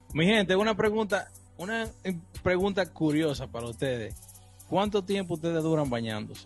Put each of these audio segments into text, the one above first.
Mi gente, una pregunta curiosa para ustedes. ¿Cuánto tiempo ustedes duran bañándose?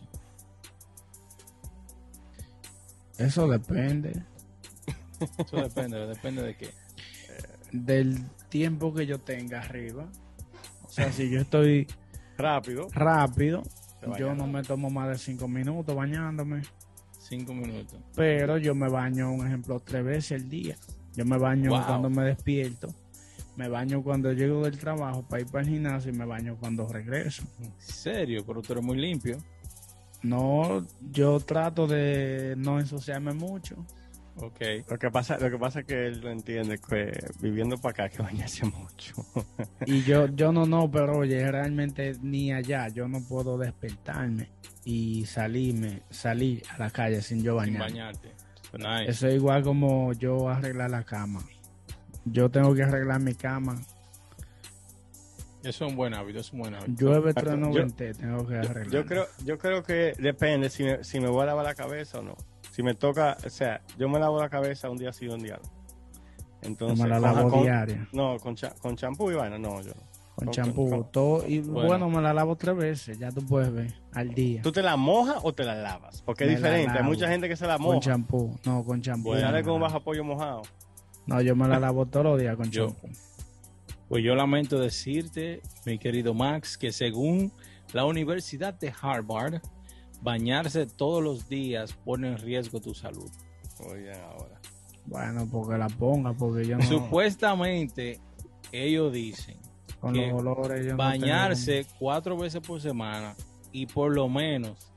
Eso depende Eso depende de qué. del tiempo que yo tenga arriba. O sea, si yo estoy Rápido. rápido, Te bañas yo no rápido. me tomo más de 5 minutos bañándome. 5 minutos. Pero yo me baño, un ejemplo, 3 veces al día. Yo me baño Wow. cuando me despierto, me baño cuando llego del trabajo para ir para el gimnasio y me baño cuando regreso. ¿En serio? Pero tú eres muy limpio. No, yo trato de no ensuciarme mucho. Ok. Lo que pasa es que él lo entiende que viviendo para acá hay que bañarse mucho. Y yo no, pero oye, realmente ni allá, yo no puedo despertarme y salir a la calle sin yo Sin bañarme. bañarte. Nice. Eso es igual como yo arreglar la cama. Yo tengo que arreglar mi cama. Eso es un buen hábito, es un buen hábito. Llueve, trueno, Yo- vente, tengo que arreglar. Yo creo que depende si me voy a lavar la cabeza o no. Si me toca, o sea, yo me lavo la cabeza un día sí, un día no. Entonces, Yo me la lavo diaria. No, con champú y vaina, no, yo no. Con champú, todo. Y bueno, me la lavo 3 veces, ya tú puedes ver, al día. ¿Tú te la mojas o te la lavas? Porque es Me la diferente. Hay lavo. mucha gente que se la Con moja. champú, no, con champú. Y sale no, con un no. bajo pollo mojado. No, yo me la lavo todos los días con Yo. champú. Pues yo lamento decirte, mi querido Max, que según la Universidad de Harvard, bañarse todos los días pone en riesgo tu salud. Oigan ahora. Bueno, porque la ponga, porque yo no. Supuestamente, ellos dicen Con que los olores, yo no bañarse 4 veces por semana y por lo menos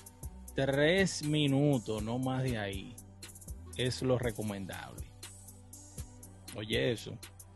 3 minutos, no más de ahí, es lo recomendable. Oye, eso.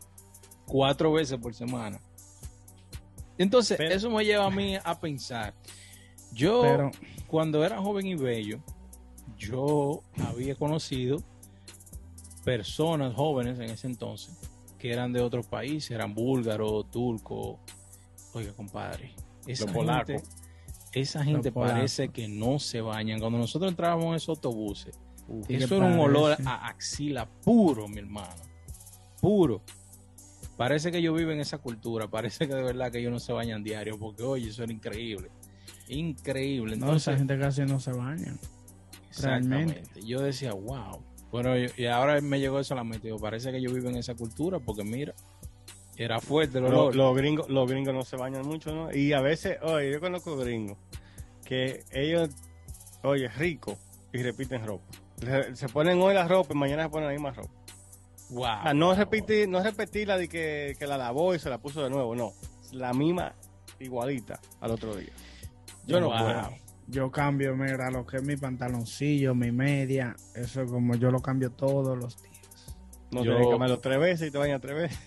4 veces por semana. Entonces, Pero- eso me lleva a mí a pensar. Yo, Pero- cuando era joven y bello, yo había conocido personas jóvenes en ese entonces que eran de otros países, eran búlgaros, turcos. Oiga, compadre, esa Los polacos. esa gente Los polacos. parece que no se bañan. Cuando nosotros entrábamos en esos autobuses, ¿Y eso qué era un olor parece? a axila puro, mi hermano. Puro. Parece que ellos viven en esa cultura. Parece que de verdad que ellos no se bañan diario. Porque, oye, eso era increíble. Increíble. No, Entonces, esa gente casi no se baña. exactamente. realmente. Yo decía, wow. Bueno, y ahora me llegó eso a la mente. Digo, parece que ellos viven en esa cultura. Porque mira, era fuerte el olor. Los gringos no se bañan mucho, ¿no? Y a veces, oye, yo conozco gringos que ellos, oye, ricos y repiten ropa. Se ponen hoy la ropa y mañana se ponen la misma ropa. Wow. O sea, no repetirla de que la lavó y se la puso de nuevo, no. La misma igualita al otro día. Yo no Wow. puedo. Yo cambio, mira, lo que es mi pantaloncillo, mi media, eso es como yo lo cambio todos los días. No Yo- tienes que comerlo 3 veces y te bañas 3 veces.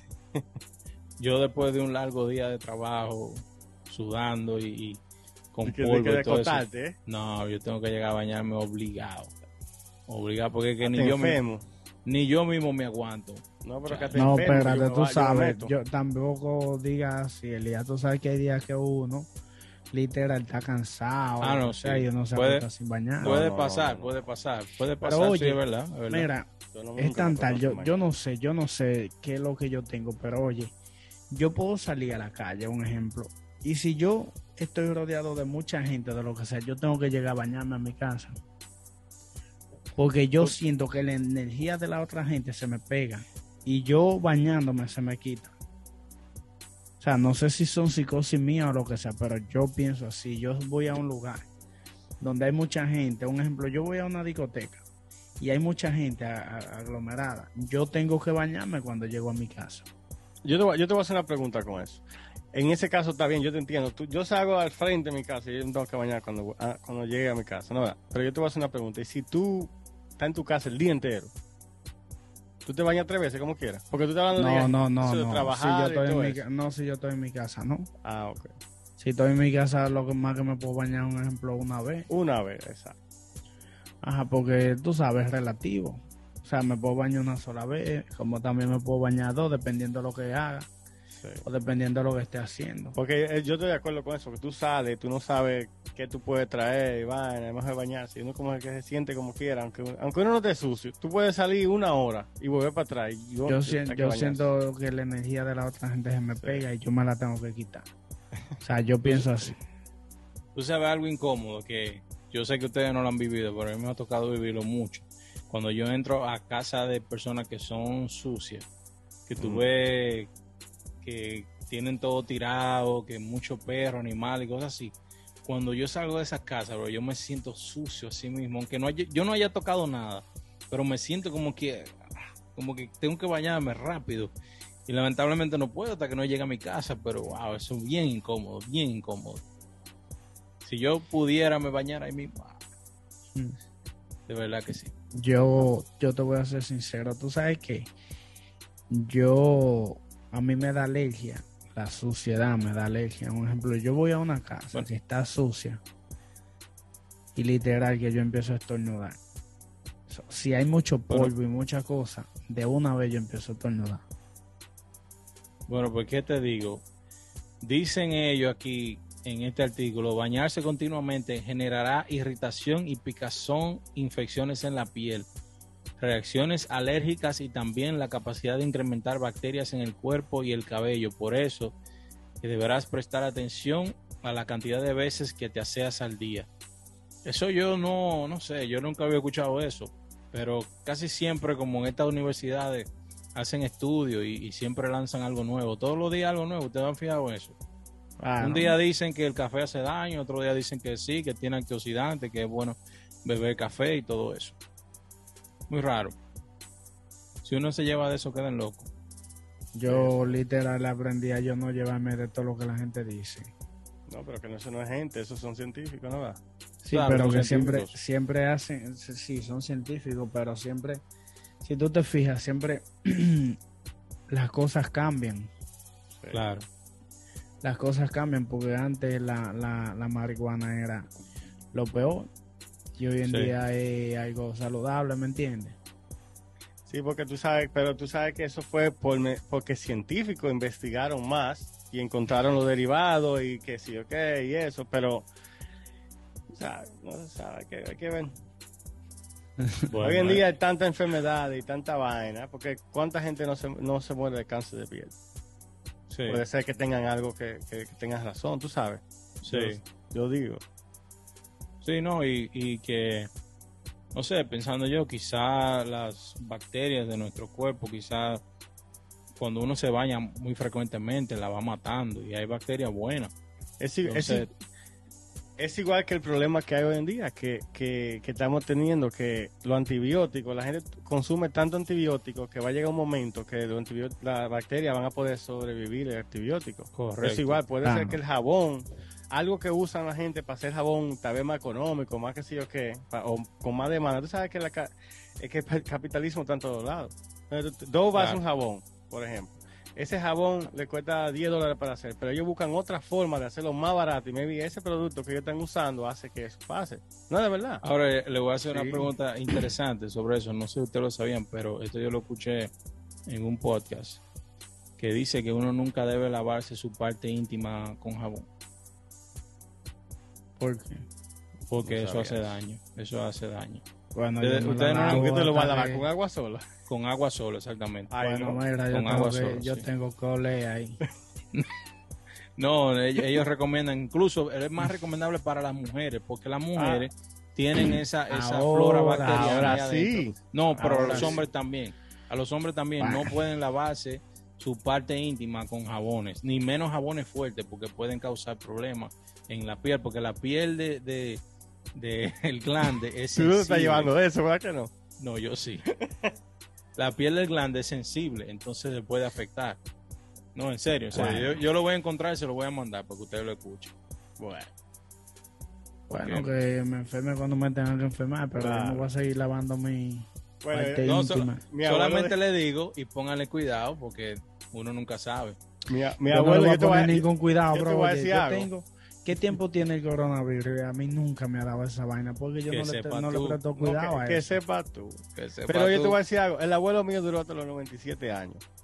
Yo después de un largo día de trabajo, sudando y con Y que polvo te y todo eso, acostarte, ¿eh? no, yo tengo que llegar a bañarme obligado. Obligado, porque es que Te ni enfermo. yo mismo me aguanto. No, pero que te No, enfermo, espérate, yo tú me sabes, meto. yo tampoco digas así, Elías, tú sabes que hay días que uno literal está cansado, Ah, no, o sea, sí. y uno se Puede- acuesta sin bañar. Puede no, pasar, no. puede pasar, Pero sí, oye, es verdad, es verdad. Mira, Yo no- es nunca tan me tal, acuesto yo no sé qué es lo que yo tengo, pero oye, yo puedo salir a la calle, un ejemplo, y si yo estoy rodeado de mucha gente, de lo que sea, yo tengo que llegar a bañarme a mi casa. Porque yo siento que la energía de la otra gente se me pega y yo bañándome se me quita. O sea, no sé si son psicosis mías o lo que sea, pero yo pienso así. Yo voy a un lugar donde hay mucha gente, un ejemplo, yo voy a una discoteca y hay mucha gente aglomerada. Yo tengo que bañarme cuando llego a mi casa. Yo te voy a hacer una pregunta con eso. En ese caso está bien, yo te entiendo. Yo salgo al frente de mi casa y yo no tengo que bañar cuando llegue a mi casa, ¿no? Pero yo te voy a hacer una pregunta. Y si tú estás en tu casa el día entero, ¿tú te bañas 3 veces como quieras? Porque tú estás hablando No, eso de no. Si trabajar yo estoy y todo en eso. no, si yo estoy en mi casa, no. Ah, ok. Si estoy en mi casa, lo que más que me puedo bañar, un ejemplo, una vez. Una vez, exacto. Ajá, porque tú sabes, es relativo. O sea, me puedo bañar una sola vez, como también me puedo bañar dos, dependiendo de lo que haga. Sí. o dependiendo de lo que esté haciendo. Porque yo estoy de acuerdo con eso, que tú sales, tú no sabes qué tú puedes traer, y vaina, es mejor bañarse, y uno como que se siente como quiera, aunque uno no esté sucio, tú puedes salir 1 hora y volver para atrás. Y Yo siento que la energía de la otra gente se me pega y yo me la tengo que quitar. O sea, yo pienso así. Tú sabes algo incómodo que yo sé que ustedes no lo han vivido, pero a mí me ha tocado vivirlo mucho. Cuando yo entro a casa de personas que son sucias, que tú ves que tienen todo tirado, que mucho perro, animal y cosas así. Cuando yo salgo de esas casas, bro, yo me siento sucio así mismo, aunque yo no haya tocado nada, pero me siento como que tengo que bañarme rápido. Y lamentablemente no puedo hasta que no llegue a mi casa, pero wow, eso es bien incómodo, bien incómodo. Si yo pudiera me bañar ahí mismo, de verdad que sí. Yo te voy a ser sincero, tú sabes que a mí me da alergia, la suciedad me da alergia. Un ejemplo, yo voy a una casa que está sucia y literal que yo empiezo a estornudar. Si hay mucho polvo y mucha cosa, de una vez yo empiezo a estornudar. Bueno, pues ¿qué te digo? Dicen ellos aquí en este artículo, bañarse continuamente generará irritación y picazón, infecciones en la piel, reacciones alérgicas y también la capacidad de incrementar bacterias en el cuerpo y el cabello. Por eso que deberás prestar atención a la cantidad de veces que te aseas al día. Eso yo no sé, yo nunca había escuchado eso, pero casi siempre como en estas universidades hacen estudios y siempre lanzan algo nuevo. Todos los días algo nuevo, ¿ustedes han fijado en eso? Un día dicen que el café hace daño, otro día dicen que sí, que tiene antioxidantes, que es bueno beber café y todo eso. Muy raro. Si uno se lleva de eso, quedan locos. Yo literal aprendí a yo no llevarme de todo lo que la gente dice. No, pero que eso no es gente, esos son científicos, ¿no? Sí, claro, pero que siempre hacen, sí, son científicos, pero siempre, si tú te fijas, siempre las cosas cambian. Sí. Claro. Las cosas cambian porque antes la marihuana era lo peor y hoy en día es algo saludable, ¿me entiendes? Sí, porque tú sabes que eso fue porque científicos investigaron más y encontraron los derivados y que sí, ok, y eso, pero no se sabe, hay que ver. Bueno, hoy en día hay tanta enfermedad y tanta vaina, porque cuánta gente no se muere de cáncer de piel. Sí. Puede ser que tengan algo que tengas razón, tú sabes. Sí. Yo digo. Sí, no, y que, no sé, pensando yo, quizá las bacterias de nuestro cuerpo, quizá cuando uno se baña muy frecuentemente, la va matando y hay bacterias buenas. Es igual que el problema que hay hoy en día, que estamos teniendo, que los antibióticos, la gente consume tanto antibióticos que va a llegar un momento que las bacterias van a poder sobrevivir el antibiótico. Correcto. Es igual, puede ser que el jabón, algo que usan la gente para hacer jabón tal vez más económico, más que sí o qué, o con más demanda. Tú sabes que es que el capitalismo está en todos lados. Dos vasos un jabón, por ejemplo. Ese jabón le cuesta $10 para hacer, pero ellos buscan otra forma de hacerlo más barato y maybe ese producto que ellos están usando hace que eso pase. No, de verdad. Ahora le voy a hacer una pregunta interesante sobre eso. No sé si ustedes lo sabían, pero esto yo lo escuché en un podcast que dice que uno nunca debe lavarse su parte íntima con jabón. ¿Por qué? Porque no eso hace daño. Eso hace daño. Bueno, ustedes no te lo van a lavar con agua sola. Con agua sola, exactamente. Ay, bueno, mira, con agua sola. Yo tengo que oler ahí. No, ellos recomiendan, incluso es más recomendable para las mujeres, porque las mujeres tienen esa flora bacteriana. Ahora sí. No, pero a los hombres también. A los hombres también no pueden lavarse su parte íntima con jabones, ni menos jabones fuertes, porque pueden causar problemas en la piel, porque la piel de el glande es sensible. Tú no estás llevando eso, ¿verdad que no? No, yo sí. La piel del glande es sensible, entonces se puede afectar. No, en serio. O sea, yo lo voy a encontrar y se lo voy a mandar para que ustedes lo escuchen. Bueno, que me enferme cuando me tengan que enfermar, pero yo no voy a seguir lavando mi parte íntima. Solamente le digo y pónganle cuidado porque uno nunca sabe. Mi abuelo, yo no voy a poner ningún cuidado, bro. ¿Qué tiempo tiene el coronavirus? A mí nunca me ha dado esa vaina porque yo no le presto cuidado a eso. Que sepas tú. Pero yo te voy a decir algo. El abuelo mío duró hasta los 97 años.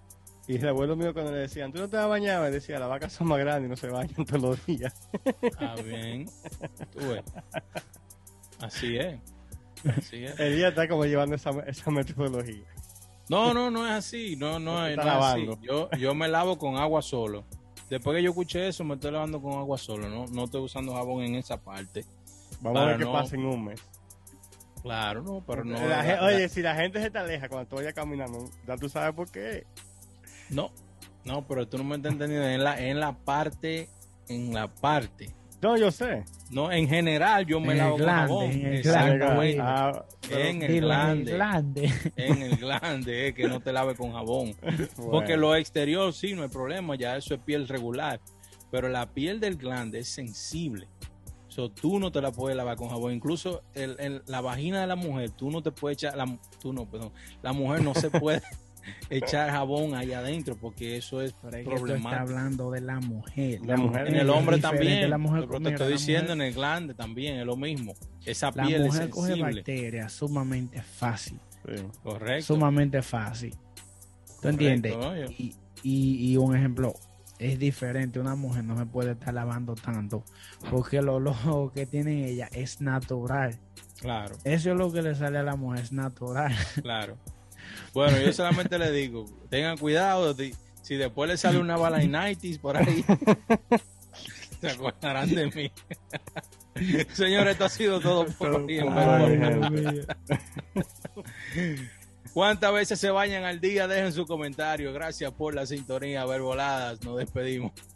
Y el abuelo mío cuando le decían, ¿tú no te vas a bañar? Me decía, las vacas son más grandes y no se bañan todos los días. Ah, bien. Tú ves. Así es. Así es. El día está como llevando esa metodología. No es así. No Está es así. lavando. Yo me lavo con agua solo. Después que yo escuché eso, me estoy lavando con agua solo. No estoy usando jabón en esa parte. Vamos a ver Para qué no- pasa en un mes. Claro, no, pero no. Oye, si la gente se te aleja cuando tú vayas caminando, ya tú sabes por qué. No, pero tú no me estás entendiendo. En la parte. No, yo sé. No, en general yo me En el lavo con glande, jabón. en el Exactamente. Ah, pero- En el Dilo, glande. glande. En el glande, que no te lave con jabón. bueno. Porque lo exterior sí, no hay problema, ya eso es piel regular. Pero la piel del glande es sensible. So, tú no te la puedes lavar con jabón. Incluso la vagina de la mujer, tú no te puedes echar, la mujer no se puede echar jabón ahí adentro porque eso es Pero es que tú estás problemático. hablando de la mujer. La mujer En el es hombre diferente. también, La mujer, pero te mira, estoy la diciendo mujer- en el glande también, es lo mismo. Esa la piel es mujer coge sensible. bacterias sumamente fácil. Sí. Correcto. Sumamente fácil. ¿Tú entiendes? ¿no? Yo- Y un ejemplo, es diferente. Una mujer no se puede estar lavando tanto porque lo que tiene ella es natural. Claro. Eso es lo que le sale a la mujer, es natural. Claro. Bueno, yo solamente le digo, tengan cuidado, si después le sale una balanitis por ahí, se acordarán de mí. Señores, esto ha sido todo por hoy. en Ay, Verbo. gente. ¿Cuántas veces se bañan al día? Dejen su comentario. Gracias por la sintonía. Verboladas, nos despedimos.